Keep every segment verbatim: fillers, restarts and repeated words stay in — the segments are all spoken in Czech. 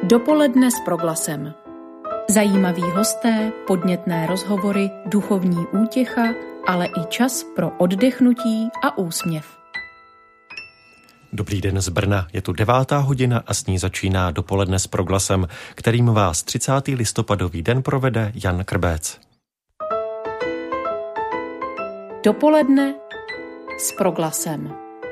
Dopoledne s Proglasem. Zajímaví hosté, podnětné rozhovory, duchovní útěcha, ale i čas pro oddechnutí a úsměv. Dobrý den z Brna, je tu devátá hodina a s ní začíná Dopoledne s Proglasem, kterým vás třicátého listopadový den provede Jan Krbec. Dopoledne s Proglasem.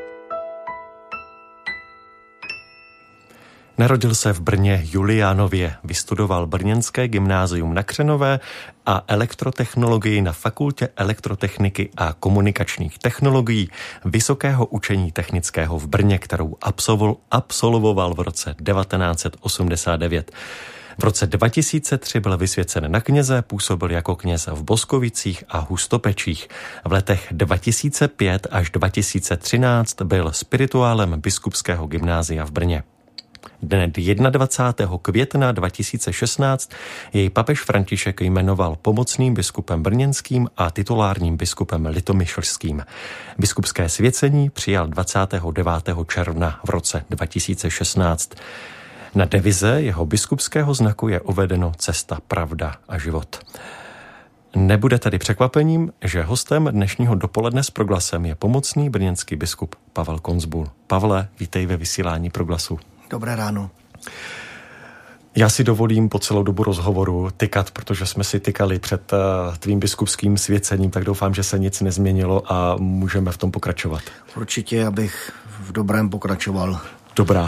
Narodil se v Brně Juliánově, vystudoval brněnské gymnázium na Křenové a elektrotechnologii na Fakultě elektrotechniky a komunikačních technologií Vysokého učení technického v Brně, kterou absolvoval v roce devatenáct set osmdesát devět. V roce dva tisíce tři byl vysvěcen na kněze, působil jako kněz v Boskovicích a Hustopečích. V letech dva tisíce pět až dva tisíce třináct byl spirituálem biskupského gymnázia v Brně. Dne dvacátého prvního května dva tisíce šestnáct jej papež František jmenoval pomocným biskupem brněnským a titulárním biskupem litomyšlským. Biskupské svěcení přijal dvacátého devátého června v roce dva tisíce šestnáct. Na devize jeho biskupského znaku je uvedeno Cesta, pravda a život. Nebude tedy překvapením, že hostem dnešního Dopoledne s Proglasem je pomocný brněnský biskup Pavel Konzbul. Pavle, vítej ve vysílání Proglasu. Dobré ráno. Já si dovolím po celou dobu rozhovoru tykat, protože jsme si tykali před tvým biskupským svěcením, tak doufám, že se nic nezměnilo a můžeme v tom pokračovat. Určitě, abych v dobrém pokračoval. Dobrá.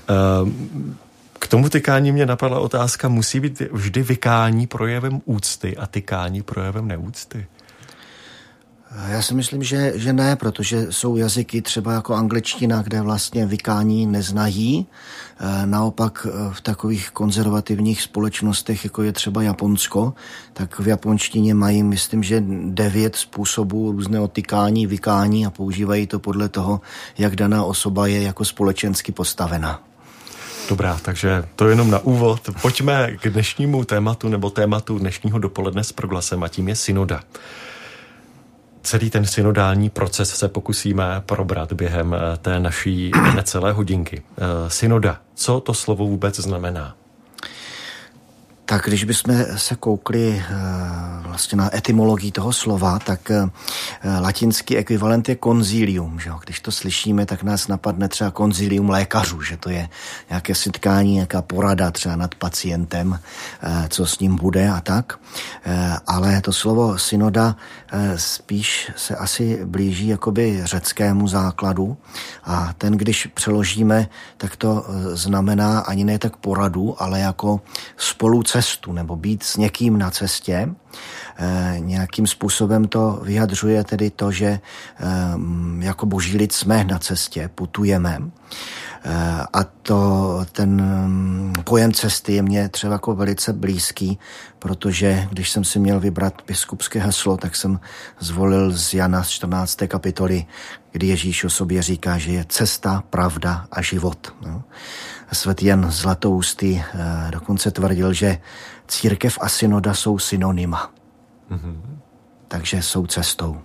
K tomu tykání mě napadla otázka, musí být vždy vykání projevem úcty a tykání projevem neúcty? Já si myslím, že, že ne, protože jsou jazyky třeba jako angličtina, kde vlastně vykání neznají. Naopak v takových konzervativních společnostech, jako je třeba Japonsko, tak v japonštině mají, myslím, že devět způsobů různého tykání, vykání a používají to podle toho, jak daná osoba je jako společensky postavena. Dobrá, takže to jenom na úvod. Pojďme k dnešnímu tématu nebo tématu dnešního Dopoledne s Proglasem a tím je synoda. Celý ten synodální proces se pokusíme probrat během té naší necelé hodinky. Synoda, co to slovo vůbec znamená? Tak když bychom se koukli vlastně na etymologii toho slova, tak latinský ekvivalent je konzilium. Že? Když to slyšíme, tak nás napadne třeba konzilium lékařů, že to je nějaké setkání, nějaká porada třeba nad pacientem, co s ním bude a tak. Ale to slovo synoda spíš se asi blíží jakoby řeckému základu a ten, když přeložíme, tak to znamená ani ne tak poradu, ale jako spolu cestu nebo být s někým na cestě. E, nějakým způsobem to vyjadřuje tedy to, že e, jako boží lid jsme na cestě, putujeme. E, a to ten pojem cesty je mně třeba jako velice blízký, protože když jsem si měl vybrat biskupské heslo, tak jsem zvolil z Jana z čtrnácté kapitoly, kdy Ježíš o sobě říká, že je cesta, pravda a život. No. Svatý Jan Zlatoustý eh, dokonce tvrdil, že církev a synoda jsou synonyma. Mm-hmm. Takže jsou cestou.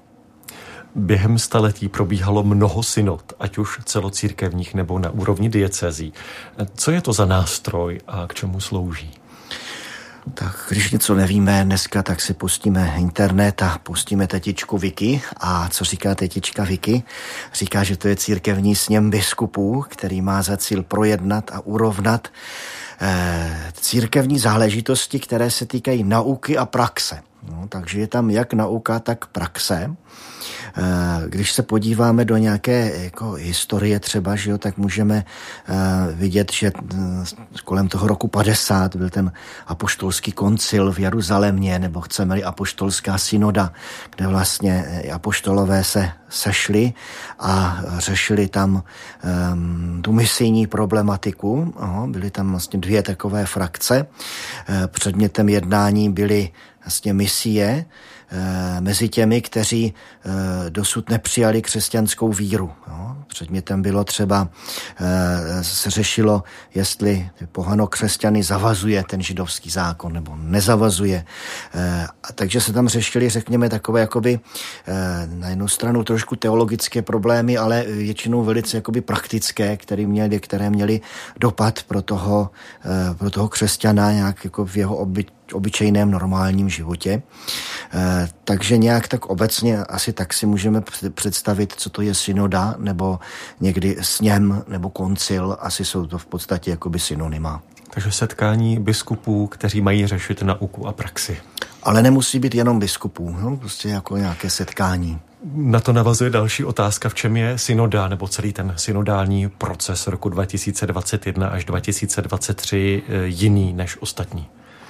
Během staletí probíhalo mnoho synod, ať už celocírkevních nebo na úrovni diecézí. Co je to za nástroj a k čemu slouží? Tak když něco nevíme dneska, tak si pustíme internet a pustíme tetičku Wiki. A co říká tetička Wiki? Říká, že to je církevní sněm biskupů, který má za cíl projednat a urovnat eh, církevní záležitosti, které se týkají nauky a praxe. No, takže je tam jak nauka, tak praxe. Když se podíváme do nějaké jako historie třeba, že jo, tak můžeme vidět, že kolem toho roku padesát byl ten apoštolský koncil v Jeruzalémě, nebo chceme-li apoštolská synoda, kde vlastně apoštolové se sešli a řešili tam um, tu misijní problematiku. Aha, byly tam vlastně dvě takové frakce. Předmětem jednání byly vlastně misie, mezi těmi, kteří dosud nepřijali křesťanskou víru. Předmětem bylo třeba, se řešilo, jestli pohano-křesťany zavazuje ten židovský zákon nebo nezavazuje. Takže se tam řešili, řekněme, takové jakoby na jednu stranu trošku teologické problémy, ale většinou velice jakoby praktické, které měly, které měly dopad pro toho, pro toho křesťana nějak jako v jeho oby, obyčejném normálním životě. Takže nějak tak obecně asi tak si můžeme představit, co to je synoda, nebo někdy sněm, nebo koncil. Asi jsou to v podstatě jakoby synonyma. Takže setkání biskupů, kteří mají řešit nauku a praxi. Ale nemusí být jenom biskupů, no? Prostě jako nějaké setkání. Na to navazuje další otázka, v čem je synoda, nebo celý ten synodální proces roku dva tisíce dvacet jedna až dva tisíce dvacet tři jiný než ostatní?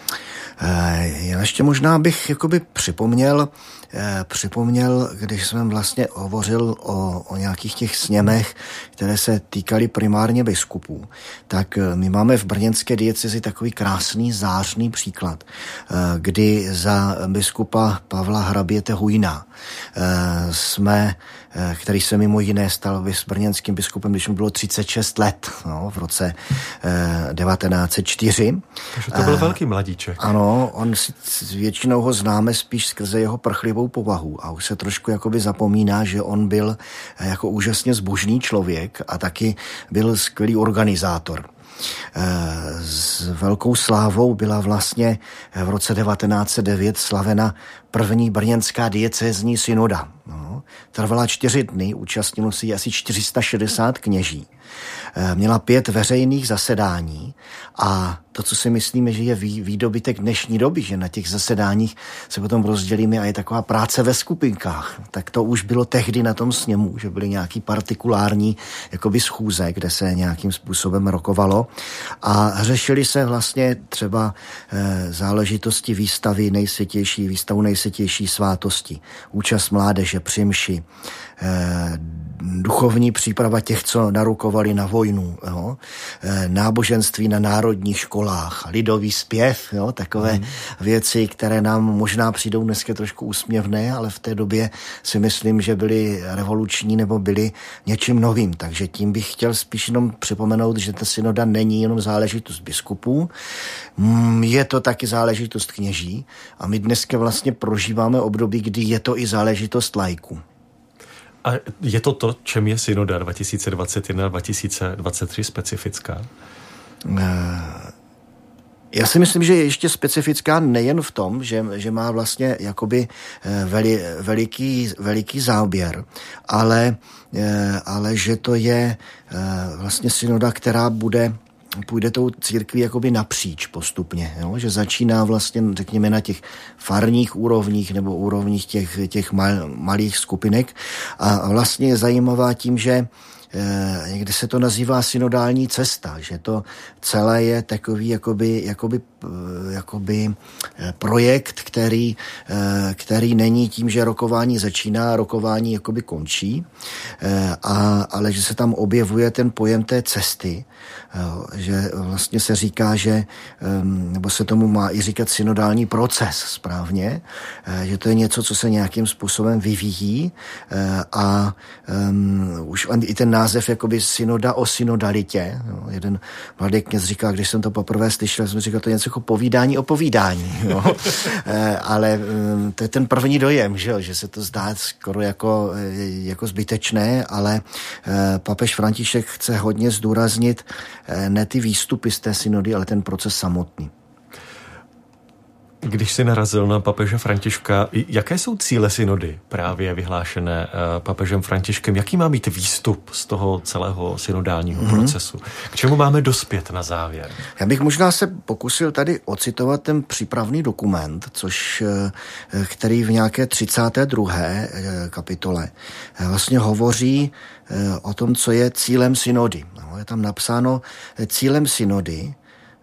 Já ještě možná bych jakoby připomněl, připomněl, když jsem vlastně hovořil o, o nějakých těch sněmech, které se týkaly primárně biskupů, tak my máme v brněnské diecezi takový krásný zářný příklad, kdy za biskupa Pavla Hraběte Hujna jsme, který se mimo jiné stal s brněnským biskupem, když mu bylo třicet šest let, no, v roce devatenáct set čtyři. Takže to byl velký mladíček. Ano, on si, většinou ho známe spíš skrze jeho prchlivou povahu a už se trošku jakoby zapomíná, že on byl jako úžasně zbožný člověk a taky byl skvělý organizátor. S velkou slávou byla vlastně v roce devatenáct set devět slavena první brněnská diecézní synoda. No, trvala čtyři dny, účastnilo si asi čtyři sta šedesát kněží. Měla pět veřejných zasedání a to, co si myslíme, že je výdobytek dnešní doby, že na těch zasedáních se potom rozdělíme a je taková práce ve skupinkách, tak to už bylo tehdy na tom sněmu, že byly nějaký partikulární jakoby schůze, kde se nějakým způsobem rokovalo a řešili se vlastně třeba e, záležitosti výstavy nejsvětější, výstavu nejsvětější svátosti, účast mládeže při mši, e, duchovní příprava těch, co narukovali na vojnu, jo? E, náboženství na národních školách, lidový zpěv, jo? Takové hmm. věci, které nám možná přijdou dneska trošku úsměvné, ale v té době si myslím, že byly revoluční nebo byly něčím novým. Takže tím bych chtěl spíš jenom připomenout, že ta synoda není jenom záležitost biskupů, je to taky záležitost kněží a my dneska vlastně prožíváme období, kdy je to i záležitost laiků. A je to to, čem je synoda dva tisíce dvacet jedna dva tisíce dvacet tři specifická? Já si myslím, že je ještě specifická nejen v tom, že, že má vlastně jakoby veli, veliký, veliký záběr, ale, ale že to je vlastně synoda, která bude půjde tou církví jakoby napříč postupně, jo? Že začíná vlastně, řekněme, na těch farních úrovních nebo úrovních těch, těch mal, malých skupinek a vlastně je zajímavá tím, že eh, někdy se to nazývá synodální cesta, že to celé je takový jakoby, jakoby, jakoby projekt, který, eh, který není tím, že rokování začíná a rokování jakoby končí, eh, a, ale že se tam objevuje ten pojem té cesty, že vlastně se říká, že, nebo se tomu má i říkat synodální proces správně, že to je něco, co se nějakým způsobem vyvíjí a um, už i ten název jakoby synoda o synodalitě. No, jeden mladý kněz říká, když jsem to poprvé slyšel, jsem říkal, to je něco jako povídání o povídání. Jo? Ale um, to je ten první dojem, že, že se to zdá skoro jako, jako zbytečné, ale uh, papež František chce hodně zdůraznit ne ty výstupy z té synody, ale ten proces samotný. Když jsi narazil na papeže Františka, jaké jsou cíle synody právě vyhlášené papežem Františkem? Jaký má být výstup z toho celého synodálního mm-hmm. procesu? K čemu máme dospět na závěr? Já bych možná se pokusil tady ocitovat ten přípravný dokument, což, který v nějaké třicáté druhé kapitole vlastně hovoří o tom, co je cílem synody. Je tam napsáno, cílem synody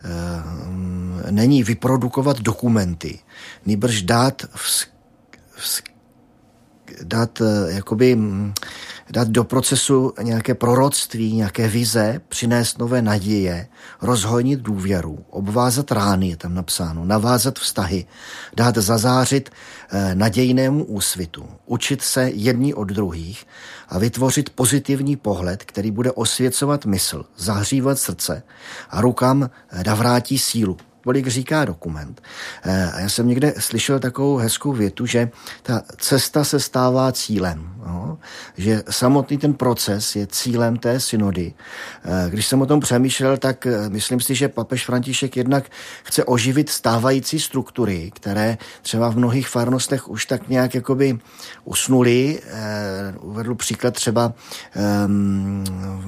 není vyprodukovat dokumenty, nýbrž dát vz, vz, dát jakoby dát do procesu nějaké proroctví, nějaké vize, přinést nové naděje, rozhojnit důvěru, obvázat rány, je tam napsáno, navázat vztahy, dát zazářit nadějnému úsvitu, učit se jedni od druhých a vytvořit pozitivní pohled, který bude osvěcovat mysl, zahřívat srdce a rukám navrátí sílu. Kolik říká dokument. A já jsem někde slyšel takovou hezkou větu, že ta cesta se stává cílem. No? Že samotný ten proces je cílem té synody. Když jsem o tom přemýšlel, tak myslím si, že papež František jednak chce oživit stávající struktury, které třeba v mnohých farnostech už tak nějak jakoby usnuly. Uvedl příklad třeba um,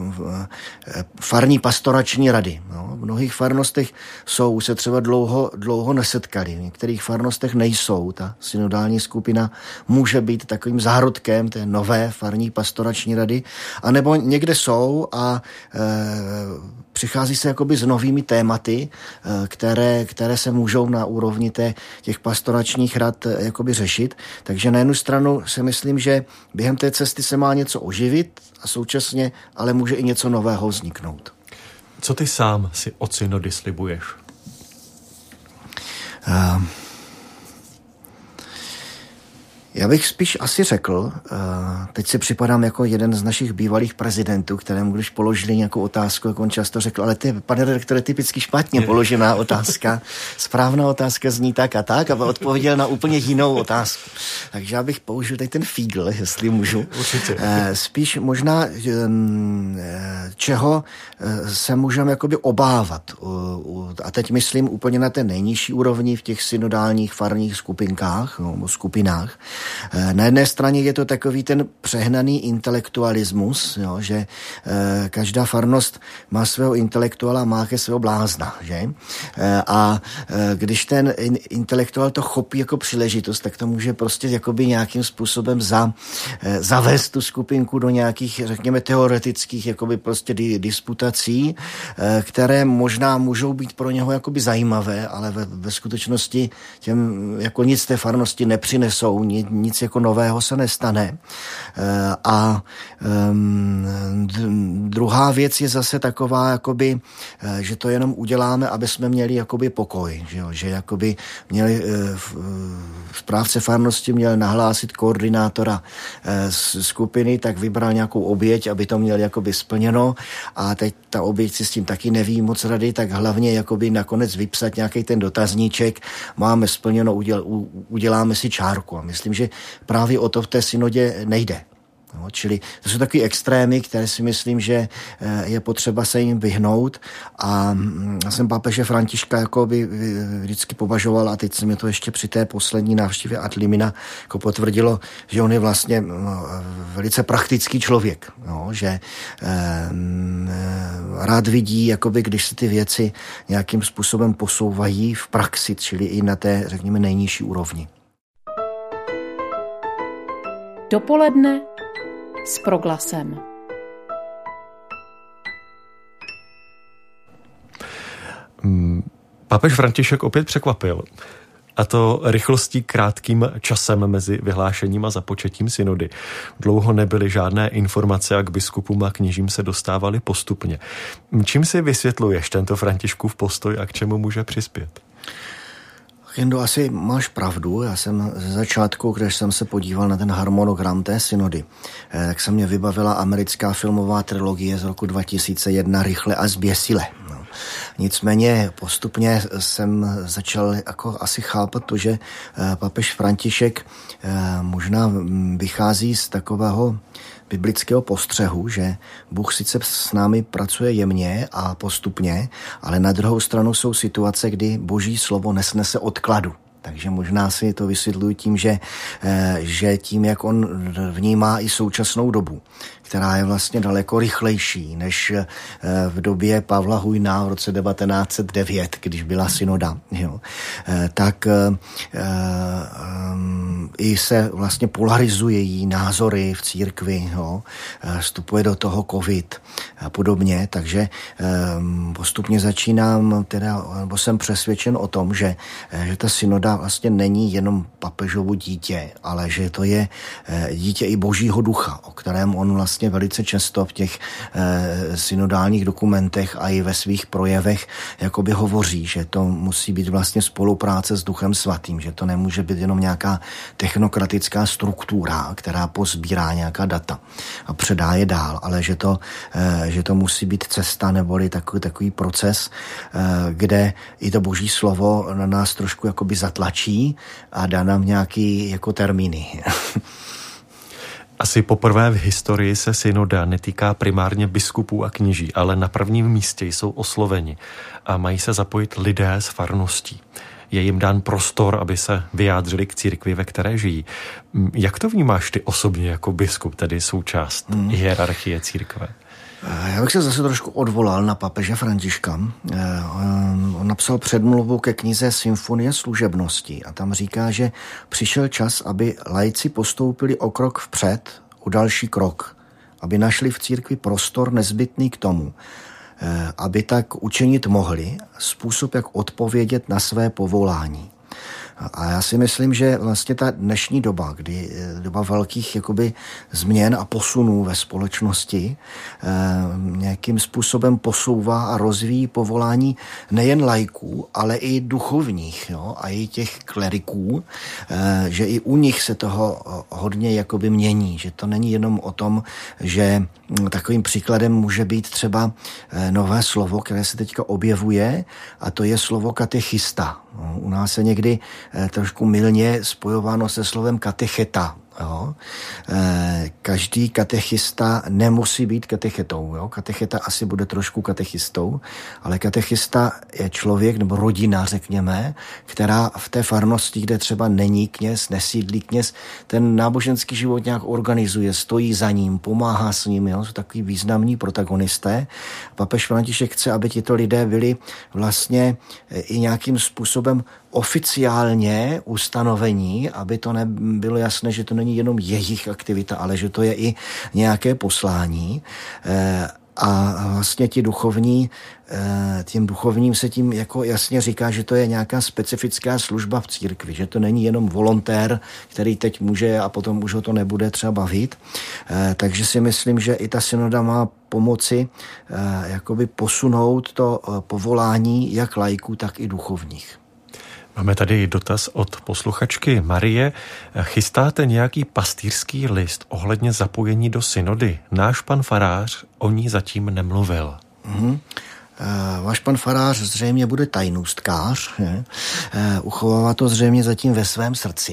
farní pastorační rady. No? V mnohých farnostech jsou se třeba dlouho, dlouho nesetkali. V některých farnostech nejsou. Ta synodální skupina může být takovým zárodkem té nové farní pastorační rady, anebo někde jsou a e, přichází se jakoby s novými tématy, e, které, které se můžou na úrovni té, těch pastoračních rad e, jakoby řešit. Takže na jednu stranu si myslím, že během té cesty se má něco oživit a současně ale může i něco nového vzniknout. Co ty sám si od synody slibuješ? Uh, já bych spíš asi řekl, uh, teď si připadám jako jeden z našich bývalých prezidentů, kterému když položili nějakou otázku, jak on často řekl, ale ty, pane redaktore, typicky špatně položená otázka. Správná otázka zní tak a tak, a odpověděl na úplně jinou otázku. Takže já bych použil teď ten fígl, jestli můžu. Určitě. Uh, spíš možná, um, čeho se můžeme jakoby obávat. Uh, uh, a teď myslím úplně na té nejnižší úrovni v těch synodálních farních skupinkách, no, skupinách. Na jedné straně je to takový ten přehnaný intelektualismus, jo, že e, každá farnost má svého intelektuála, má ke svého blázna, že? E, a e, když ten in, intelektuál to chopí jako příležitost, tak to může prostě jakoby nějakým způsobem za, e, zavést tu skupinku do nějakých, řekněme, teoretických jakoby prostě di, disputací, e, které možná můžou být pro něho jakoby zajímavé, ale ve, ve skutečnosti těm jako nic té farnosti nepřinesou, nic, nic jako nového se nestane. A druhá věc je zase taková, jakoby, že to jenom uděláme, aby jsme měli jakoby pokoj. Že, jo? Že jakoby měli, správce farnosti měl nahlásit koordinátora skupiny, tak vybral nějakou oběť, aby to měl jakoby splněno, a teď ta oběť si s tím taky neví moc rady, tak hlavně jakoby nakonec vypsat nějaký ten dotazníček, máme splněno, uděl, uděláme si čárku. A myslím, že právě o to v té synodě nejde. No, čili to jsou takové extrémy, které si myslím, že je potřeba se jim vyhnout, a já jsem papeže Františka jako by vždycky považoval, a teď se mi to ještě při té poslední návštěvě ad limina jako potvrdilo, že on je vlastně no, velice praktický člověk, no, že eh, rád vidí, jakoby, když se ty věci nějakým způsobem posouvají v praxi, čili i na té, řekněme, nejnižší úrovni. Dopoledne s Proglasem. Papež František opět překvapil. A to rychlostí krátkým časem mezi vyhlášením a započetím synody. Dlouho nebyly žádné informace a k biskupům a kněžím se dostávaly postupně. Čím si vysvětluješ tento Františkův postoj a k čemu může přispět? Jendo, asi máš pravdu. Já jsem ze začátku, když jsem se podíval na ten harmonogram té synody, tak se mě vybavila americká filmová trilogie z roku dva tisíce jedna Rychle a zběsile. No. Nicméně postupně jsem začal jako asi chápat to, že papež František možná vychází z takového biblického postřehu, že Bůh sice s námi pracuje jemně a postupně, ale na druhou stranu jsou situace, kdy Boží slovo nesnese odkladu. Takže možná si to vysvětluji tím, že, že tím, jak on vnímá i současnou dobu, která je vlastně daleko rychlejší než v době Pavla Hujna v roce devatenáct set devět, když byla synoda, jo, tak um, i se vlastně polarizují její názory v církvi, jo, vstupuje do toho covid a podobně, takže um, postupně začínám, teda, nebo jsem přesvědčen o tom, že, že ta synoda vlastně není jenom papežovo dítě, ale že to je dítě i Božího ducha, o kterém on vlastně velice často v těch synodálních dokumentech a i ve svých projevech jakoby hovoří, že to musí být vlastně spolupráce s Duchem Svatým, že to nemůže být jenom nějaká technokratická struktura, která pozbírá nějaká data a předá je dál, ale že to, že to musí být cesta neboli takový, takový proces, kde i to Boží slovo na nás trošku jakoby zatlačí a dá nám nějaký jako termíny. Asi poprvé v historii se synoda netýká primárně biskupů a kněží, ale na prvním místě jsou osloveni a mají se zapojit lidé z farností. Je jim dán prostor, aby se vyjádřili k církvi, ve které žijí. Jak to vnímáš ty osobně jako biskup, tedy součást hmm. hierarchie církve? Já bych se zase trošku odvolal na papeže Františka. On napsal předmluvu ke knize Symfonie služebnosti a tam říká, že přišel čas, aby laici postoupili o krok vpřed, o další krok, aby našli v církvi prostor nezbytný k tomu, aby tak učinit mohli, způsob, jak odpovědět na své povolání. A já si myslím, že vlastně ta dnešní doba, kdy doba velkých jakoby změn a posunů ve společnosti eh, nějakým způsobem posouvá a rozvíjí povolání nejen laiků, ale i duchovních, jo, a i těch kleriků, eh, že i u nich se toho hodně jakoby mění, že to není jenom o tom, že takovým příkladem může být třeba eh, nové slovo, které se teďka objevuje, a to je slovo katechista. No, u nás se někdy eh, trošku mylně spojováno se slovem katecheta. Jo. E, každý katechista nemusí být katechetou. Jo. Katecheta asi bude trošku katechistou, ale katechista je člověk nebo rodina, řekněme, která v té farnosti, kde třeba není kněz, nesídlí kněz, ten náboženský život nějak organizuje, stojí za ním, pomáhá s ním. Jo. Jsou takový významní protagonisté. Papež František chce, aby tito lidé byli vlastně i nějakým způsobem oficiálně ustanovení, aby to nebylo jasné, že to není jenom jejich aktivita, ale že to je i nějaké poslání. A vlastně ti duchovní, tím duchovním se tím jako jasně říká, že to je nějaká specifická služba v církvi, že to není jenom volontér, který teď může a potom už ho to nebude třeba bavit. Takže si myslím, že i ta synoda má pomoci jakoby posunout to povolání jak laiků, tak i duchovních. Máme tady dotaz od posluchačky Marie. Chystáte nějaký pastýřský list ohledně zapojení do synody? Náš pan farář o ní zatím nemluvil. Mm-hmm. Váš pan farář zřejmě bude tajnůstkář, ne? Uchovává to zřejmě zatím ve svém srdci.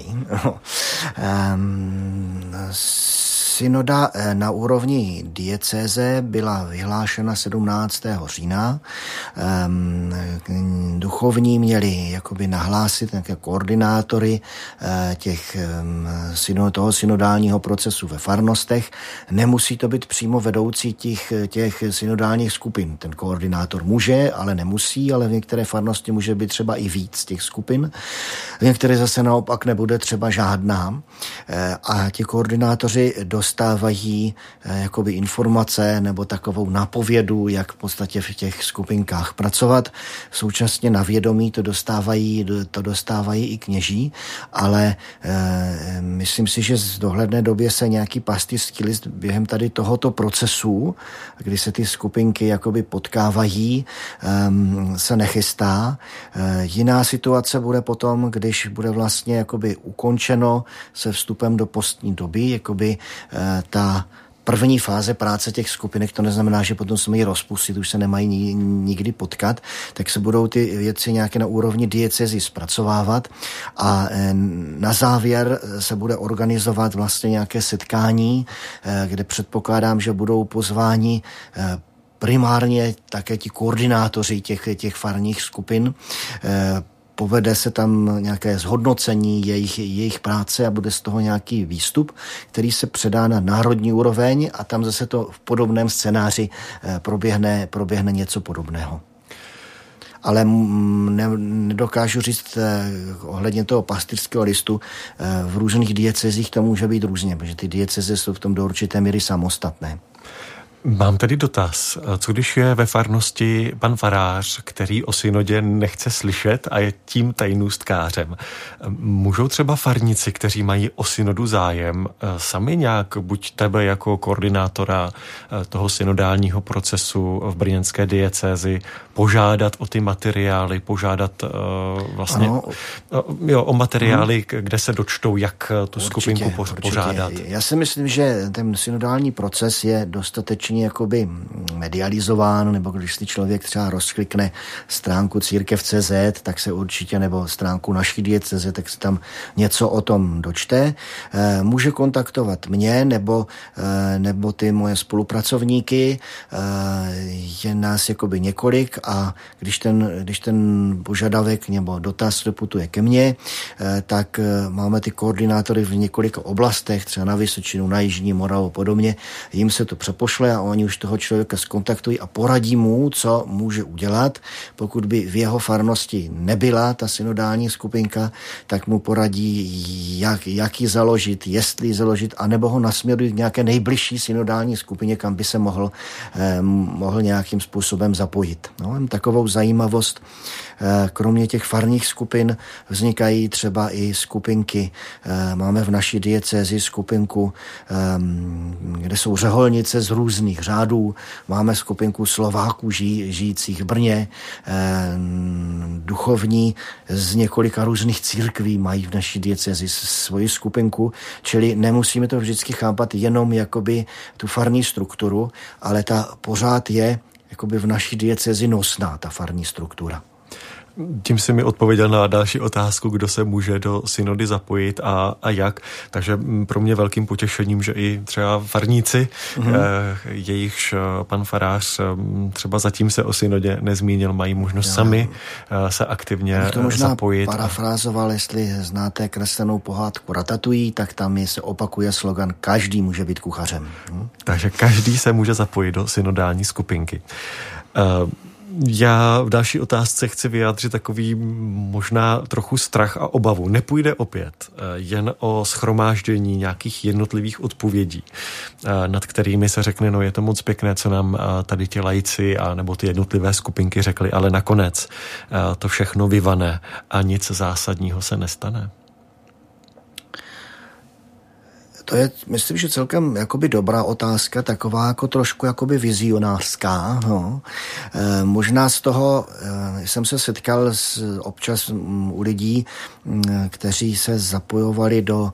Synoda na úrovni diecéze byla vyhlášena sedmnáctého října. Duchovní měli jakoby nahlásit nějaké koordinátory těch, toho synodálního procesu ve farnostech. Nemusí to být přímo vedoucí těch, těch synodálních skupin. Ten koordinátor může, ale nemusí, ale v některé farnosti může být třeba i víc těch skupin. V některé zase naopak nebude třeba žádná. A ti koordinátoři dostávají eh, jakoby informace nebo takovou nápovědu, jak v podstatě v těch skupinkách pracovat. Současně na vědomí to dostávají, to dostávají i kněží, ale eh, myslím si, že z dohledné době se nějaký pastýřský list během tady tohoto procesu, kdy se ty skupinky jakoby potkávají, eh, se nechystá. Eh, jiná situace bude potom, když bude vlastně jakoby ukončeno se vstupem do postní doby, jakoby ta první fáze práce těch skupinek, to neznamená, že potom se mají rozpustit, už se nemají nikdy potkat, tak se budou ty věci nějaké na úrovni diecézy zpracovávat a na závěr se bude organizovat vlastně nějaké setkání, kde předpokládám, že budou pozváni primárně také ti koordinátoři těch, těch farních skupin. Povede se tam nějaké zhodnocení jejich, jejich práce a bude z toho nějaký výstup, který se předá na národní úroveň a tam zase to v podobném scénáři proběhne, proběhne něco podobného. Ale ne, nedokážu říct eh, ohledně toho pastýřského listu, eh, v různých diecezích to může být různě, protože ty dieceze jsou v tom do určité míry samostatné. Mám tady dotaz. Co když je ve farnosti pan farář, který o synodě nechce slyšet a je tím tajnůstkářem? Můžou třeba farníci, kteří mají o synodu zájem, sami nějak, buď tebe jako koordinátora toho synodálního procesu v brněnské diecézi, požádat o ty materiály, požádat uh, vlastně ano. jo, o materiály, hmm. kde se dočtou, jak tu určitě, skupinku po, určitě. pořádat? Já si myslím, že ten synodální proces je dostatečně jakoby medializován, nebo když si člověk třeba rozklikne stránku církev tečka cé zet, tak se určitě, nebo stránku naší diecéze, tak se tam něco o tom dočte. Může kontaktovat mě, nebo, nebo ty moje spolupracovníky. Je nás jakoby několik a když ten, když ten požadavek nebo dotaz doputuje ke mně, tak máme ty koordinátory v několika oblastech, třeba na Vysočinu, na Jižní Moravu a podobně. Jim se to přepošle a oni už toho člověka skontaktují a poradí mu, co může udělat. Pokud by v jeho farnosti nebyla ta synodální skupinka, tak mu poradí, jak, jak ji založit, jestli ji založit, anebo ho nasměrují k nějaké nejbližší synodální skupině, kam by se mohl, eh, mohl nějakým způsobem zapojit. No, takovou zajímavost. Kromě těch farních skupin vznikají třeba i skupinky. Máme v naší diecézi skupinku, kde jsou řeholnice z různých řádů. Máme skupinku Slováků žij, žijících v Brně. Duchovní z několika různých církví mají v naší diecézi svoji skupinku, čili nemusíme to vždycky chápat jenom jakoby tu farní strukturu, ale ta pořád je jakoby v naší diecézi nosná, ta farní struktura. Tím si mi odpověděl na další otázku, kdo se může do synody zapojit a, a jak. Takže pro mě velkým potěšením, že i třeba farníci, mm-hmm. eh, jejichž pan farář třeba zatím se o synodě nezmínil, mají možnost Já. sami eh, se aktivně zapojit. To možná parafrázoval, jestli znáte kreslenou pohádku Ratatouille, tak tam je, se opakuje slogan každý může být kuchařem. Hm? Takže každý se může zapojit do synodální skupinky. Eh, Já v další otázce chci vyjádřit takový možná trochu strach a obavu. Nepůjde opět jen o shromáždění nějakých jednotlivých odpovědí, nad kterými se řekne, no je to moc pěkné, co nám tady ti laici a nebo ty jednotlivé skupinky řekli, ale nakonec to všechno vyvane a nic zásadního se nestane. To je, myslím, že celkem jakoby dobrá otázka, taková jako trošku jakoby vizionářská. No. E, možná z toho e, jsem se setkal s, občas m, u lidí, m, kteří se zapojovali do,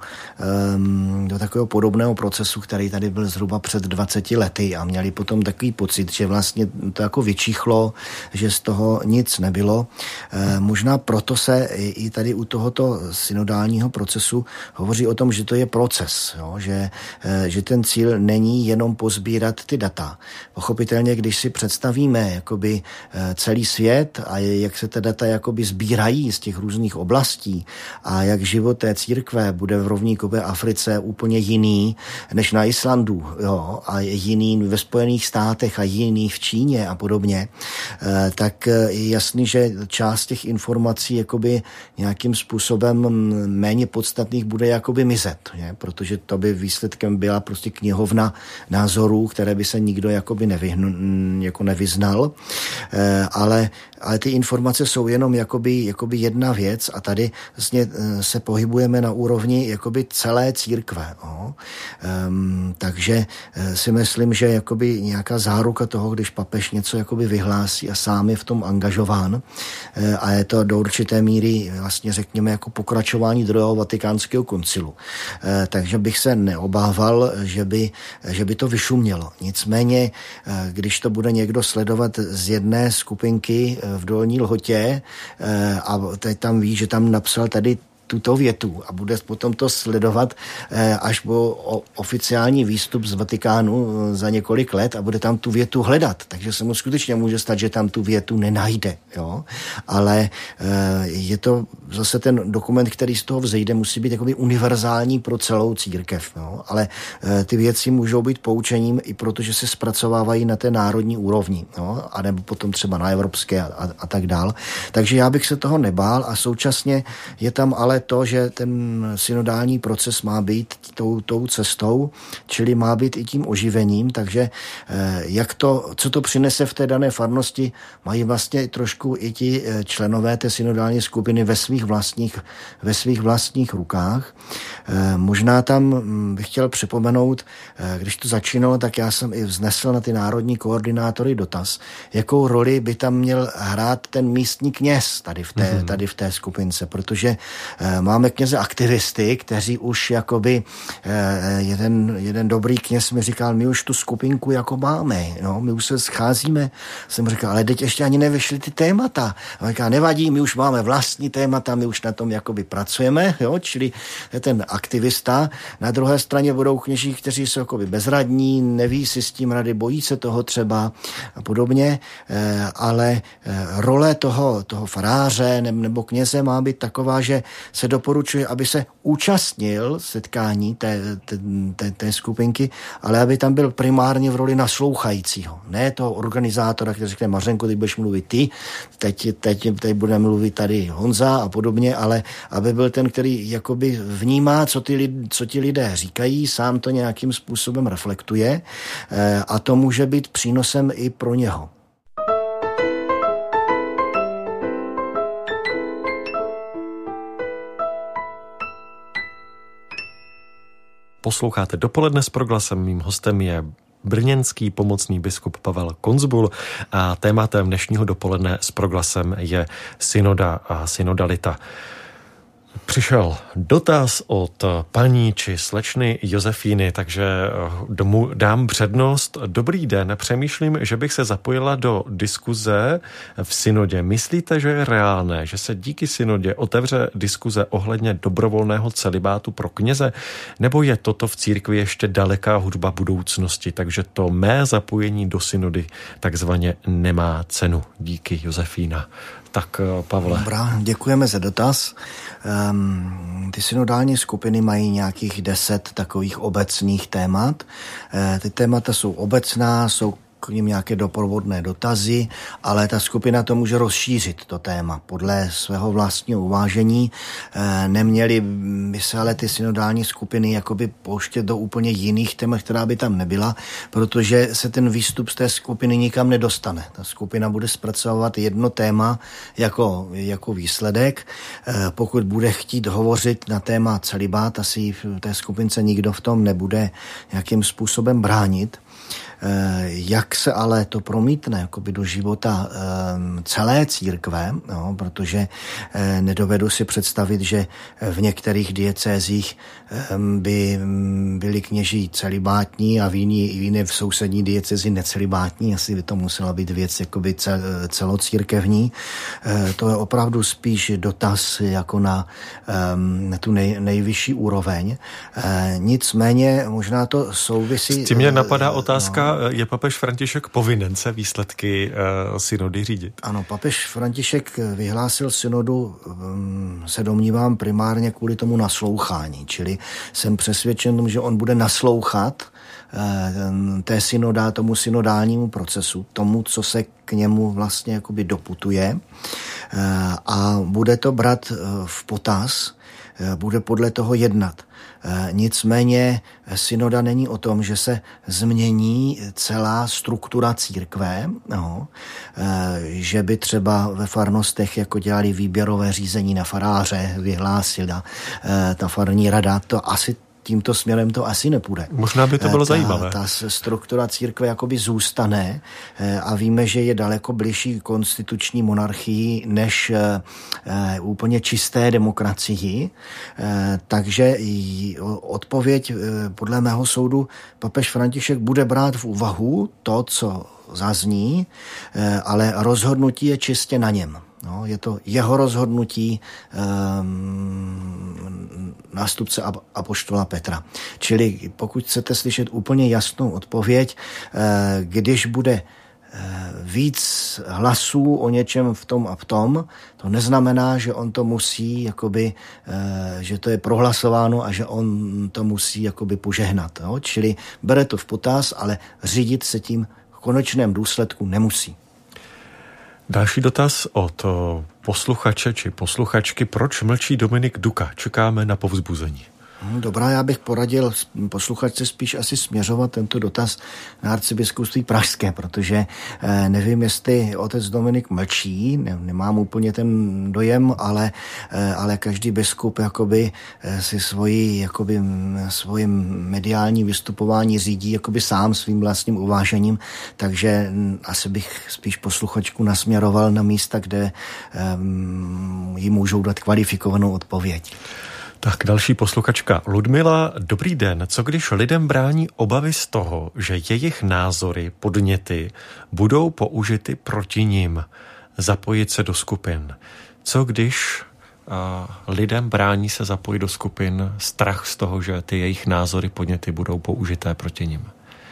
e, do takového podobného procesu, který tady byl zhruba před dvaceti lety a měli potom takový pocit, že vlastně to jako vyčichlo, že z toho nic nebylo. E, možná proto se i, i tady u tohoto synodálního procesu hovoří o tom, že to je proces. Jo, že, že ten cíl není jenom pozbírat ty data. Pochopitelně, když si představíme jakoby celý svět a jak se ty data jakoby sbírají z těch různých oblastí a jak život té církve bude v rovníkové Africe úplně jiný než na Islandu, jo, a jiný ve Spojených státech a jiný v Číně a podobně, tak je jasný, že část těch informací jakoby nějakým způsobem méně podstatných bude jakoby mizet, ne? Protože to by výsledkem byla prostě knihovna názorů, které by se nikdo jakoby nevyhnu, jako nevyznal, e, ale, ale ty informace jsou jenom jakoby, jakoby jedna věc a tady vlastně se pohybujeme na úrovni jakoby celé církve. No. E, takže si myslím, že jakoby nějaká záruka toho, když papež něco jakoby vyhlásí a sám je v tom angažován e, a je to do určité míry vlastně řekněme jako pokračování druhého vatikánského koncilu. E, takže bych se neobával, že by, že by to vyšumělo. Nicméně, když to bude někdo sledovat z jedné skupinky v Dolní Lhotě a teď tam ví, že tam napsal tady tuto větu a bude potom to sledovat až po oficiální výstup z Vatikánu za několik let a bude tam tu větu hledat. Takže se mu skutečně může stát, že tam tu větu nenajde. Jo? Ale je to zase ten dokument, který z toho vzejde, musí být jakoby univerzální pro celou církev. Jo? Ale ty věci můžou být poučením i proto, že se zpracovávají na té národní úrovni. Jo? A nebo potom třeba na evropské a, a, a tak dál. Takže já bych se toho nebál a současně je tam ale to, že ten synodální proces má být tou, tou cestou, čili má být i tím oživením, takže jak to, co to přinese v té dané farnosti, mají vlastně trošku i ti členové té synodální skupiny ve svých vlastních, ve svých vlastních rukách. Možná tam bych chtěl připomenout, když to začínalo, tak já jsem i vznesl na ty národní koordinátory dotaz, jakou roli by tam měl hrát ten místní kněz tady v té, tady v té skupince, protože máme kněze aktivisty, kteří už jakoby jeden, jeden dobrý kněz mi říkal, my už tu skupinku jako máme, no, my už se scházíme. Jsem říkal, ale teď ještě ani nevyšly ty témata. A říká, nevadí, my už máme vlastní témata, my už na tom jakoby pracujeme, jo, čili ten aktivista. Na druhé straně budou kněží, kteří jsou jakoby bezradní, neví si s tím rady, bojí se toho třeba a podobně, ale role toho, toho faráře nebo kněze má být taková, že se doporučuje, aby se účastnil setkání té, té, té, té skupinky, ale aby tam byl primárně v roli naslouchajícího. Ne toho organizátora, který řekne, Mařenko, ty budeš mluvit ty, teď, teď, teď bude mluvit tady Honza a podobně, ale aby byl ten, který jakoby vnímá, co, ty, co ti lidé říkají, sám to nějakým způsobem reflektuje a to může být přínosem i pro něho. Posloucháte Dopoledne s Proglasem, mým hostem je brněnský pomocný biskup Pavel Konzbul a tématem dnešního Dopoledne s Proglasem je synoda a synodalita. Přišel dotaz od paní či slečny Josefíny, takže domů dám přednost. Dobrý den, přemýšlím, že bych se zapojila do diskuze v synodě. Myslíte, že je reálné, že se díky synodě otevře diskuze ohledně dobrovolného celibátu pro kněze, nebo je toto v církvi ještě daleká hudba budoucnosti, takže to mé zapojení do synody takzvaně nemá cenu? Díky, Josefína. Tak, Pavle. Dobrá, děkujeme za dotaz. Um, ty synodální skupiny mají nějakých deset takových obecných témat. Uh, ty témata jsou obecná, jsou k nim nějaké doprovodné dotazy, ale ta skupina to může rozšířit, to téma, podle svého vlastního uvážení. E, neměly by se ale ty synodální skupiny jakoby pouštět do úplně jiných témat, která by tam nebyla, protože se ten výstup z té skupiny nikam nedostane. Ta skupina bude zpracovat jedno téma jako, jako výsledek. E, pokud bude chtít hovořit na téma celibát, asi v té skupince nikdo v tom nebude nějakým způsobem bránit. Jak se ale to promítne jakoby do života celé církve, no, protože nedovedu si představit, že v některých diecézích by byli kněží celibátní a v jiný, v jiné v sousední diecézi necelibátní, asi by to musela být věc jakoby celocírkevní. To je opravdu spíš dotaz jako na, na tu nej, nejvyšší úroveň. Nicméně možná to souvisí... S tím mě napadá otázka, no, je papež František povinen se výsledky uh, synody řídit? Ano, papež František vyhlásil synodu, um, se domnívám, primárně kvůli tomu naslouchání, čili jsem přesvědčen, že on bude naslouchat uh, té synoda, tomu synodálnímu procesu, tomu, co se k němu vlastně jakoby doputuje uh, a bude to brát uh, v potaz, uh, bude podle toho jednat. Nicméně synoda není o tom, že se změní celá struktura církve, no, že by třeba ve farnostech jako dělali výběrové řízení na faráře, vyhlásila ta farní rada, to asi tímto směrem to asi nepůjde. Možná by to bylo ta, zajímavé. Ta struktura církve jakoby zůstane a víme, že je daleko bližší konstituční monarchii než úplně čisté demokracii. Takže odpověď podle mého soudu papež František bude brát v úvahu to, co zazní, ale rozhodnutí je čistě na něm. No, je to jeho rozhodnutí um, nástupce apoštola Petra. Čili pokud chcete slyšet úplně jasnou odpověď, uh, když bude uh, víc hlasů o něčem v tom a v tom, to neznamená, že on to musí, jakoby, uh, že to je prohlasováno a že on to musí jakoby požehnat. No? Čili bere to v potaz, ale řídit se tím v konečném důsledku nemusí. Další dotaz od posluchače či posluchačky. Proč mlčí Dominik Duka? Čekáme na povzbuzení. Dobrá, já bych poradil posluchačce spíš asi směřovat tento dotaz na arcibiskupství pražské, protože eh, nevím, jestli otec Dominik mlčí, ne, nemám úplně ten dojem, ale, eh, ale každý biskup jakoby eh, si svoji, jakoby, svoje mediální vystupování řídí jakoby sám svým vlastním uvážením, takže hm, asi bych spíš posluchačku nasměroval na místa, kde eh, jí můžou dát kvalifikovanou odpověď. Tak další posluchačka Ludmila. Dobrý den. Co když lidem brání obavy z toho, že jejich názory, podněty budou použity proti nim, zapojit se do skupin? Co když uh, lidem brání se zapojit do skupin strach z toho, že ty jejich názory, podněty budou použité proti nim?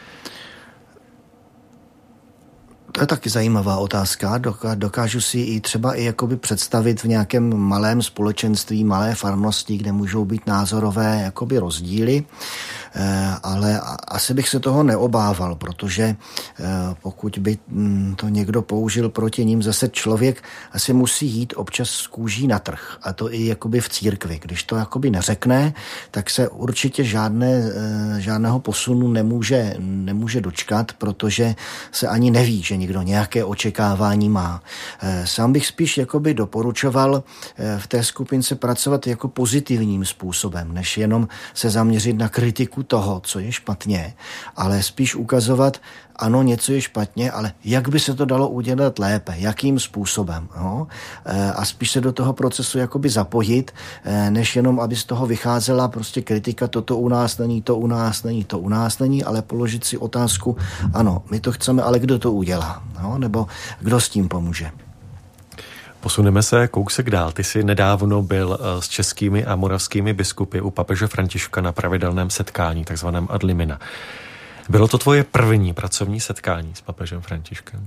To je taky zajímavá otázka. Dokážu si ji třeba i jakoby představit v nějakém malém společenství, malé farnosti, kde můžou být názorové jakoby rozdíly, ale asi bych se toho neobával, protože pokud by to někdo použil proti ním, zase člověk asi musí jít občas z kůží na trh, a to i jakoby v církvi. Když to jakoby neřekne, tak se určitě žádné, žádného posunu nemůže, nemůže dočkat, protože se ani neví, že někdo nějaké očekávání má. Sám bych spíš jakoby doporučoval v té skupince pracovat jako pozitivním způsobem, než jenom se zaměřit na kritiku toho, co je špatně, ale spíš ukazovat, ano, něco je špatně, ale jak by se to dalo udělat lépe, jakým způsobem. No? A spíš se do toho procesu jakoby zapojit, než jenom, aby z toho vycházela prostě kritika, toto u nás není, to u nás není, to u nás není, ale položit si otázku, ano, my to chceme, ale kdo to udělá? No? Nebo kdo s tím pomůže? Posuneme se kousek dál. Ty jsi nedávno byl s českými a moravskými biskupy u papeže Františka na pravidelném setkání, takzvaném ad limina. Bylo to tvoje první pracovní setkání s papežem Františkem?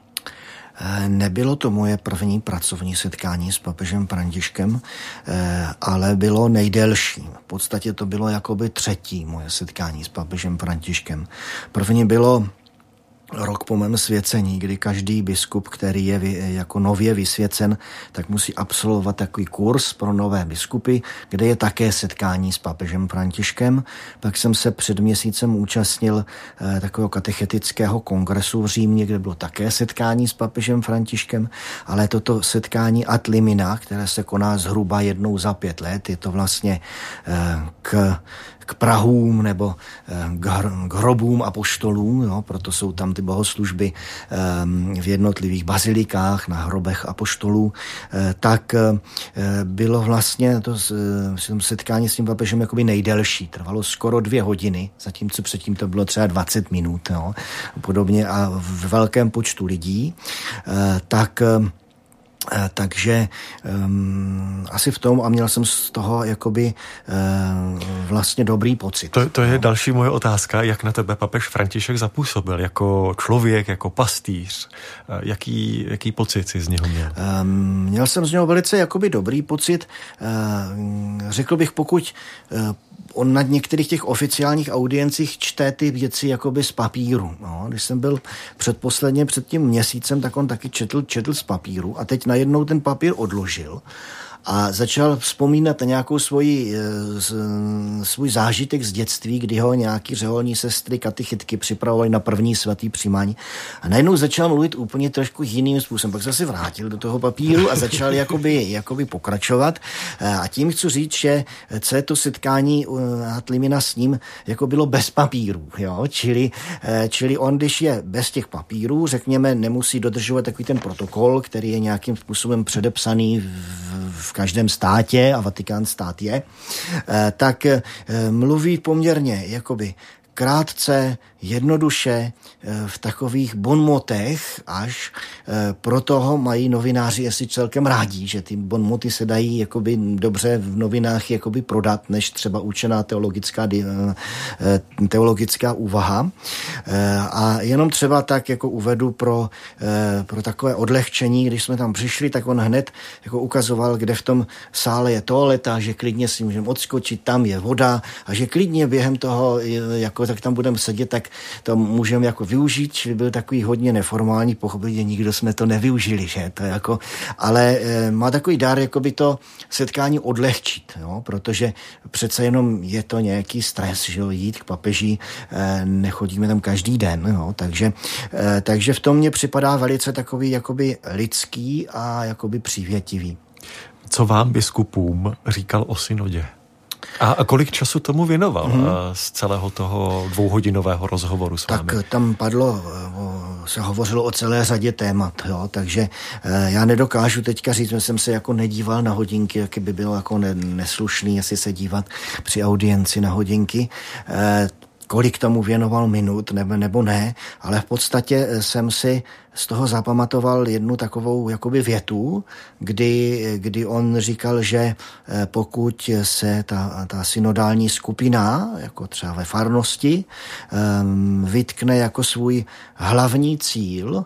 Nebylo to moje první pracovní setkání s papežem Františkem, ale bylo nejdelší. V podstatě to bylo jakoby třetí moje setkání s papežem Františkem. První bylo rok po mém svěcení, kdy každý biskup, který je jako nově vysvěcen, tak musí absolvovat takový kurz pro nové biskupy, kde je také setkání s papežem Františkem. Pak jsem se před měsícem účastnil eh, takového katechetického kongresu v Římě, kde bylo také setkání s papežem Františkem, ale toto setkání ad limina, které se koná zhruba jednou za pět let, je to vlastně eh, k k prahům nebo k hrobům apoštolů, jo, proto jsou tam ty bohoslužby v jednotlivých bazilikách na hrobech apoštolů, tak bylo vlastně to setkání s tím papežem jakoby nejdelší. Trvalo skoro dvě hodiny, zatímco předtím to bylo třeba dvacet minut, jo, podobně a v velkém počtu lidí. Tak Takže um, asi v tom a měl jsem z toho jakoby uh, vlastně dobrý pocit. To, to je no. Další moje otázka, jak na tebe papež František zapůsobil, jako člověk, jako pastýř. Jaký, jaký pocit jsi z něho měl? Um, měl jsem z něho velice jakoby dobrý pocit. Uh, řekl bych, pokud uh, on na některých těch oficiálních audiencích čte ty věci jakoby z papíru. No, když jsem byl předposledně před tím měsícem, tak on taky četl, četl z papíru a teď najednou ten papír odložil a začal vzpomínat na nějakou svoji, svůj zážitek z dětství, kdy ho nějaký řeholní sestry, katechetky připravovali na první svatý přijímání. A najednou začal mluvit úplně trošku jiným způsobem. Pak se asi vrátil do toho papíru a začal jakoby, jakoby pokračovat. A tím chci říct, že celé to setkání ad limina s ním jako bylo bez papíru. Jo? Čili, čili on, když je bez těch papírů, řekněme, nemusí dodržovat takový ten protokol, který je nějakým způsobem předepsaný v, v každém státě, a Vatikán stát je, tak mluví poměrně jakoby krátce, jednoduše, v takových bonmotech až. Proto ho mají novináři asi celkem rádi, že ty bonmoty se dají jakoby dobře v novinách jakoby prodat, než třeba učená teologická, teologická úvaha. A jenom třeba tak jako uvedu pro, pro takové odlehčení, když jsme tam přišli, tak on hned jako ukazoval, kde v tom sále je toaleta, že klidně si můžeme odskočit, tam je voda a že klidně během toho jako tak tam budeme sedět, tak to můžeme jako využít, čili byl takový hodně neformální, pochopitelně nikdo jsme to nevyužili, že? To jako, ale e, má takový dár, jako by to setkání odlehčit, jo? Protože přece jenom je to nějaký stres, že jo? Jít k papeži, e, nechodíme tam každý den, jo? Takže, e, takže v tom mně připadá velice takový jakoby lidský a jakoby přívětivý. Co vám biskupům říkal o synodě? A kolik času tomu věnoval hmm. z celého toho dvouhodinového rozhovoru s vámi? Tak tam padlo, se hovořilo o celé řadě témat, jo, takže já nedokážu teďka říct, že jsem se jako nedíval na hodinky, jak by bylo jako neslušný asi se dívat při audienci na hodinky. Kolik tomu věnoval minut nebo, nebo ne, ale v podstatě jsem si z toho zapamatoval jednu takovou jakoby větu, kdy, kdy on říkal, že pokud se ta, ta synodální skupina, jako třeba ve farnosti, vytkne jako svůj hlavní cíl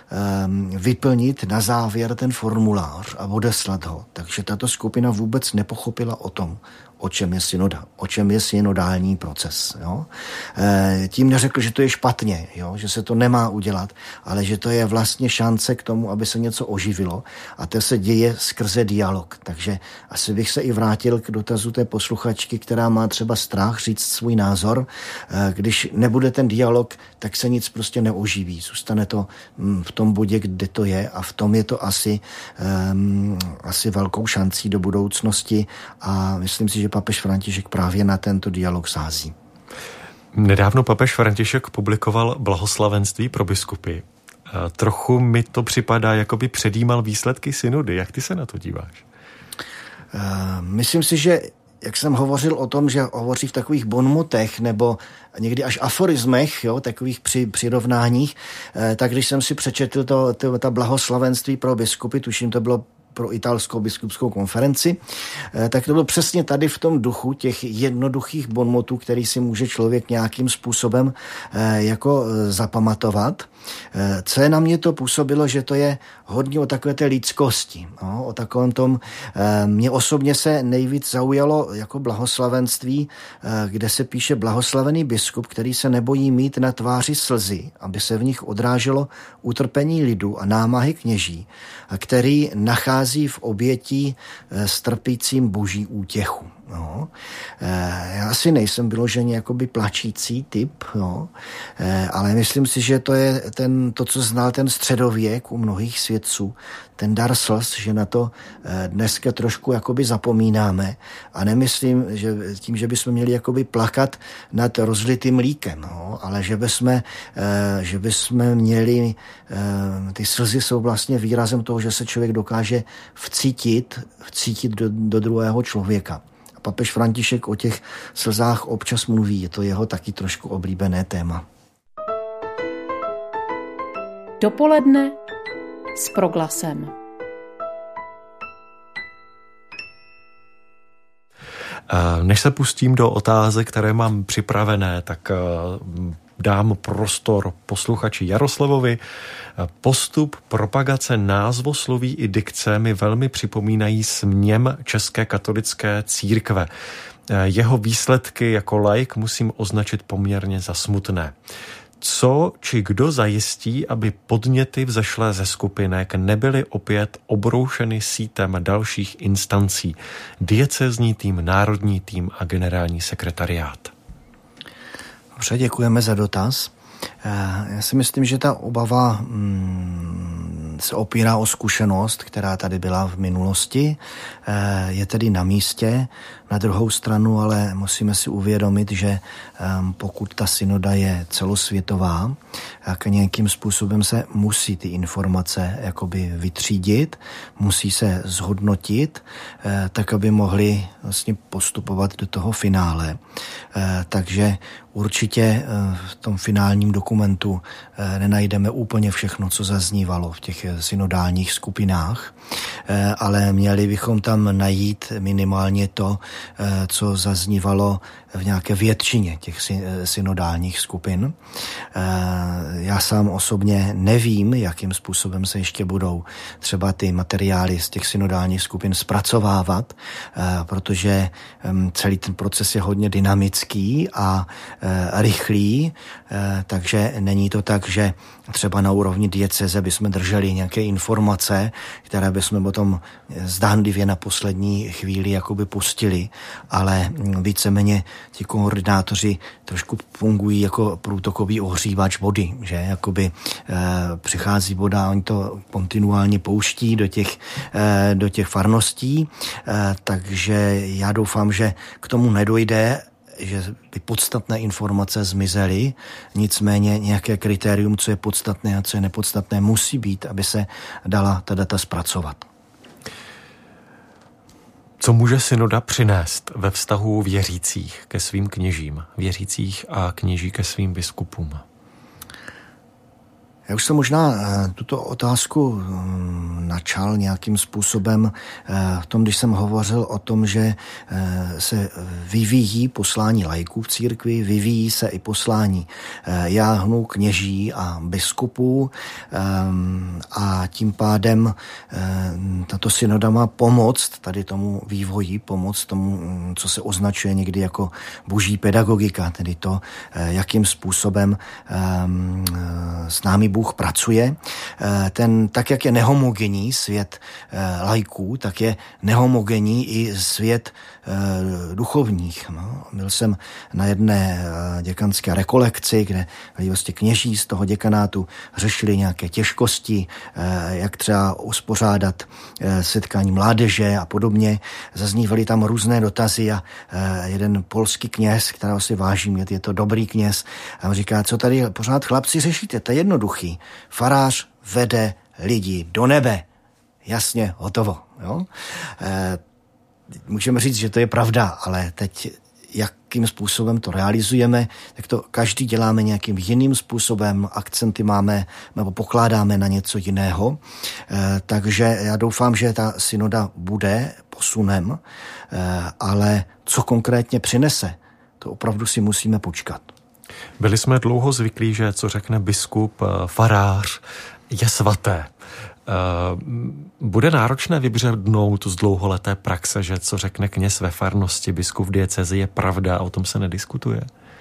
vyplnit na závěr ten formulář a odeslat ho. Takže tato skupina vůbec nepochopila o tom, o čem je synoda, o čem je synodální proces. Jo? E, tím neřekl, že to je špatně, jo? Že se to nemá udělat, ale že to je vlastně šance k tomu, aby se něco oživilo a to se děje skrze dialog. Takže asi bych se i vrátil k dotazu té posluchačky, která má třeba strach říct svůj názor. E, když nebude ten dialog, tak se nic prostě neoživí. Zůstane to v tom bodě, kde to je a v tom je to asi, um, asi velkou šancí do budoucnosti a myslím si, že papež František právě na tento dialog sází. Nedávno papež František publikoval blahoslavenství pro biskupy. Trochu mi to připadá, jako by předjímal výsledky synody. Jak ty se na to díváš? Uh, myslím si, že jak jsem hovořil o tom, že hovoří v takových bonmotech nebo někdy až aforismech, jo, takových při, přirovnáních, eh, tak když jsem si přečetl to, to, ta blahoslavenství pro biskupy, tuším, to bylo pro italskou biskupskou konferenci, eh, tak to bylo přesně tady v tom duchu těch jednoduchých bonmotů, který si může člověk nějakým způsobem eh, jako eh, zapamatovat. Eh, co je na mě to působilo, že to je hodně o takové té lidskosti. No, o takovém tom, eh, mě osobně se nejvíc zaujalo jako blahoslavenství, eh, kde se píše blahoslavený biskup, který se nebojí mít na tváři slzy, aby se v nich odráželo utrpení lidu a námahy kněží, a který nachází v obětí eh, strpícím boží útěchu. No. Já asi nejsem vyloženě jakoby plačící typ, no. Ale myslím si, že to je ten, to, co znal ten středověk u mnohých svědců, ten dar slz, že na to dneska trošku jakoby zapomínáme a nemyslím, že tím, že bychom měli jakoby plakat nad rozlitým mlíkem, no. Ale že bychom, že bychom měli, ty slzy jsou vlastně výrazem toho, že se člověk dokáže vcítit, vcítit do, do druhého člověka. Papež František o těch slzách občas mluví, je to jeho taky trošku oblíbené téma. Dopoledne s Proglasem. Než se pustím do otázek, které mám připravené, tak dám prostor posluchači Jaroslavovi. Postup propagace názvosloví i dikce mi velmi připomínají směm České katolické církve. Jeho výsledky jako laik musím označit poměrně za smutné. Co či kdo zajistí, aby podněty vzešlé ze skupinek nebyly opět obroušeny sítem dalších instancí, diecézní tým, národní tým a generální sekretariát? Dobře, děkujeme za dotaz. Já si myslím, že ta obava se opírá o zkušenost, která tady byla v minulosti. Je tedy na místě. Na druhou stranu ale musíme si uvědomit, že pokud ta synoda je celosvětová, tak nějakým způsobem se musí ty informace jakoby vytřídit, musí se zhodnotit, tak aby mohli vlastně postupovat do toho finále. Takže určitě v tom finálním dokumentu nenajdeme úplně všechno, co zaznívalo v těch synodálních skupinách. ale měli bychom tam najít minimálně to, co zaznívalo v nějaké většině těch synodálních skupin. Já sám osobně nevím, jakým způsobem se ještě budou třeba ty materiály z těch synodálních skupin zpracovávat, protože celý ten proces je hodně dynamický a rychlý, takže není to tak, že třeba na úrovni dieceze bychom drželi nějaké informace, které bychom potom zdánlivě na poslední chvíli jakoby pustili, ale víceméně ti koordinátoři trošku fungují jako průtokový ohřívač vody, že jakoby e, přichází voda, oni to kontinuálně pouští do těch, e, do těch farností, e, takže já doufám, že k tomu nedojde, že by podstatné informace zmizely, nicméně nějaké kritérium, co je podstatné a co je nepodstatné, musí být, aby se dala ta data zpracovat. Co může synoda přinést ve vztahu věřících ke svým kněžím, věřících a kněží ke svým biskupům? Já už jsem možná tuto otázku načal nějakým způsobem v tom, když jsem hovořil o tom, že se vyvíjí poslání laiků v církvi, vyvíjí se i poslání jáhnů, kněží a biskupů a tím pádem tato synoda má pomoct tady tomu vývoji, pomoct tomu, co se označuje někdy jako boží pedagogika, tedy to, jakým způsobem s námi Bůh pracuje. Ten, tak, jak je nehomogenní svět laiků, tak je nehomogenní i svět duchovních. No, byl jsem na jedné děkanské rekolekci, kde vlastně kněží z toho děkanátu řešili nějaké těžkosti, jak třeba uspořádat setkání mládeže a podobně. Zaznívaly tam různé dotazy a jeden polský kněz, kterého si vážím, je to dobrý kněz, a on říká, co tady pořád chlapci řešíte, to je jednoduchý. Farář vede lidi do nebe. Jasně, hotovo. Jo? E, můžeme říct, že to je pravda, ale teď jakým způsobem to realizujeme, tak to každý děláme nějakým jiným způsobem, akcenty máme nebo pokládáme na něco jiného. E, takže já doufám, že ta synoda bude posunem, e, ale co konkrétně přinese, to opravdu si musíme počkat. Byli jsme dlouho zvyklí, že co řekne biskup, farář, je svaté. Bude náročné vybřednout z dlouholeté praxe, že co řekne kněz ve farnosti, biskup v diecezi, je pravda a o tom se nediskutuje?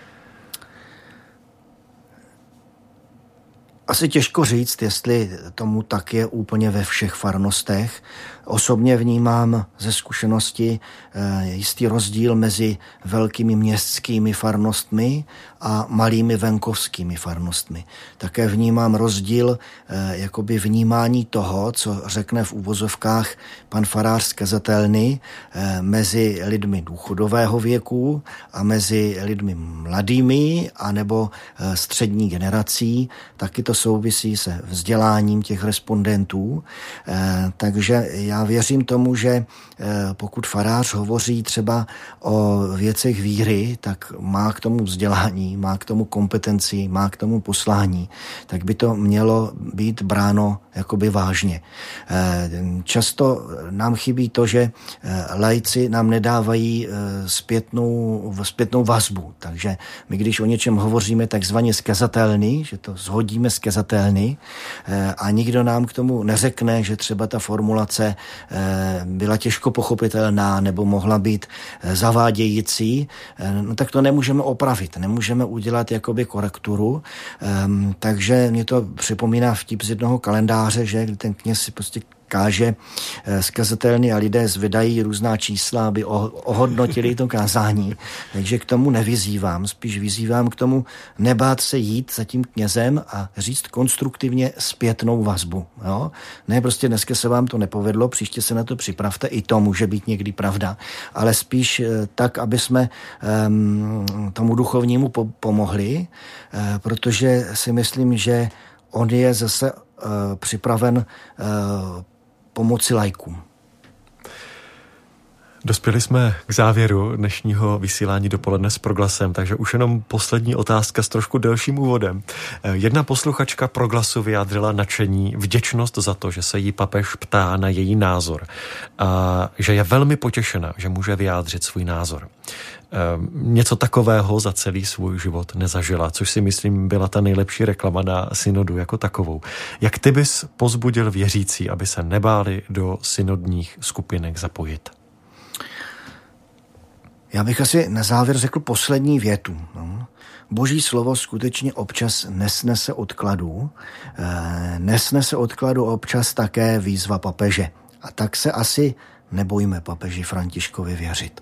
Asi těžko říct, jestli tomu tak je úplně ve všech farnostech. Osobně vnímám ze zkušenosti jistý rozdíl mezi velkými městskými farnostmi a malými venkovskými farnostmi. Také vnímám rozdíl jakoby vnímání toho, co řekne v úvozovkách pan farář z kazatelny mezi lidmi důchodového věku a mezi lidmi mladými anebo střední generací. Taky to souvisí se vzděláním těch respondentů. Takže já věřím tomu, že pokud farář hovoří třeba o věcech víry, tak má k tomu vzdělání, má k tomu kompetenci, má k tomu poslání, tak by to mělo být bráno jakoby vážně. Často nám chybí to, že laici nám nedávají zpětnou, zpětnou vazbu, takže my, když o něčem hovoříme takzvaně z kazatelny, že to zhodíme z kazatelny a nikdo nám k tomu neřekne, že třeba ta formulace byla těžko pochopitelná nebo mohla být zavádějící, no tak to nemůžeme opravit, nemůžeme udělat jakoby korekturu, takže mě to připomíná vtip z jednoho kalendáře, že ten kněz si prostě káže z kazatelny a lidé zvedají různá čísla, aby ohodnotili to kázání. Takže k tomu nevyzývám, spíš vyzývám k tomu nebát se jít za tím knězem a říct konstruktivně zpětnou vazbu. Jo? Ne, prostě dneska se vám to nepovedlo, příště se na to připravte, i to může být někdy pravda, ale spíš tak, aby jsme um, tomu duchovnímu po- pomohli, uh, protože si myslím, že on je zase uh, připraven uh, pomoci laikům. Dospěli jsme k závěru dnešního vysílání Dopoledne s Proglasem, takže už jenom poslední otázka s trošku delším úvodem. Jedna posluchačka Proglasu vyjádřila nadšení, vděčnost za to, že se jí papež ptá na její názor a že je velmi potěšena, že může vyjádřit svůj názor. Něco takového za celý svůj život nezažila, což si myslím byla ta nejlepší reklama na synodu jako takovou. Jak ty bys pozbudil věřící, aby se nebáli do synodních skupinek zapojit? Já bych asi na závěr řekl poslední větu. No. Boží slovo skutečně občas nesnese odkladu. E, nesnese odkladu občas také výzva papeže. A tak se asi nebojíme papeži Františkovi věřit.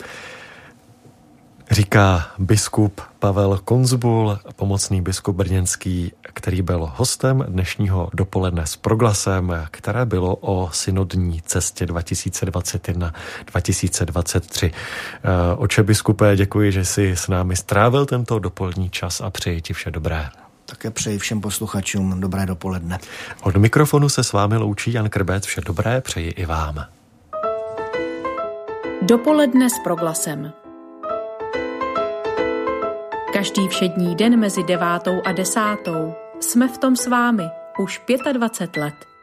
Říká biskup Pavel Konzbul, pomocný biskup brněnský, který byl hostem dnešního Dopoledne s Proglasem, které bylo o synodní cestě dva tisíce dvacet jedna dva tisíce dvacet tři. Oče biskupe, děkuji, že jsi s námi strávil tento dopolední čas a přeji ti vše dobré. Také přeji všem posluchačům dobré dopoledne. Od mikrofonu se s vámi loučí Jan Krbec, vše dobré přeji i vám. Dopoledne s Proglasem. Každý všední den mezi devátou a desátou jsme v tom s vámi už dvacet pět let.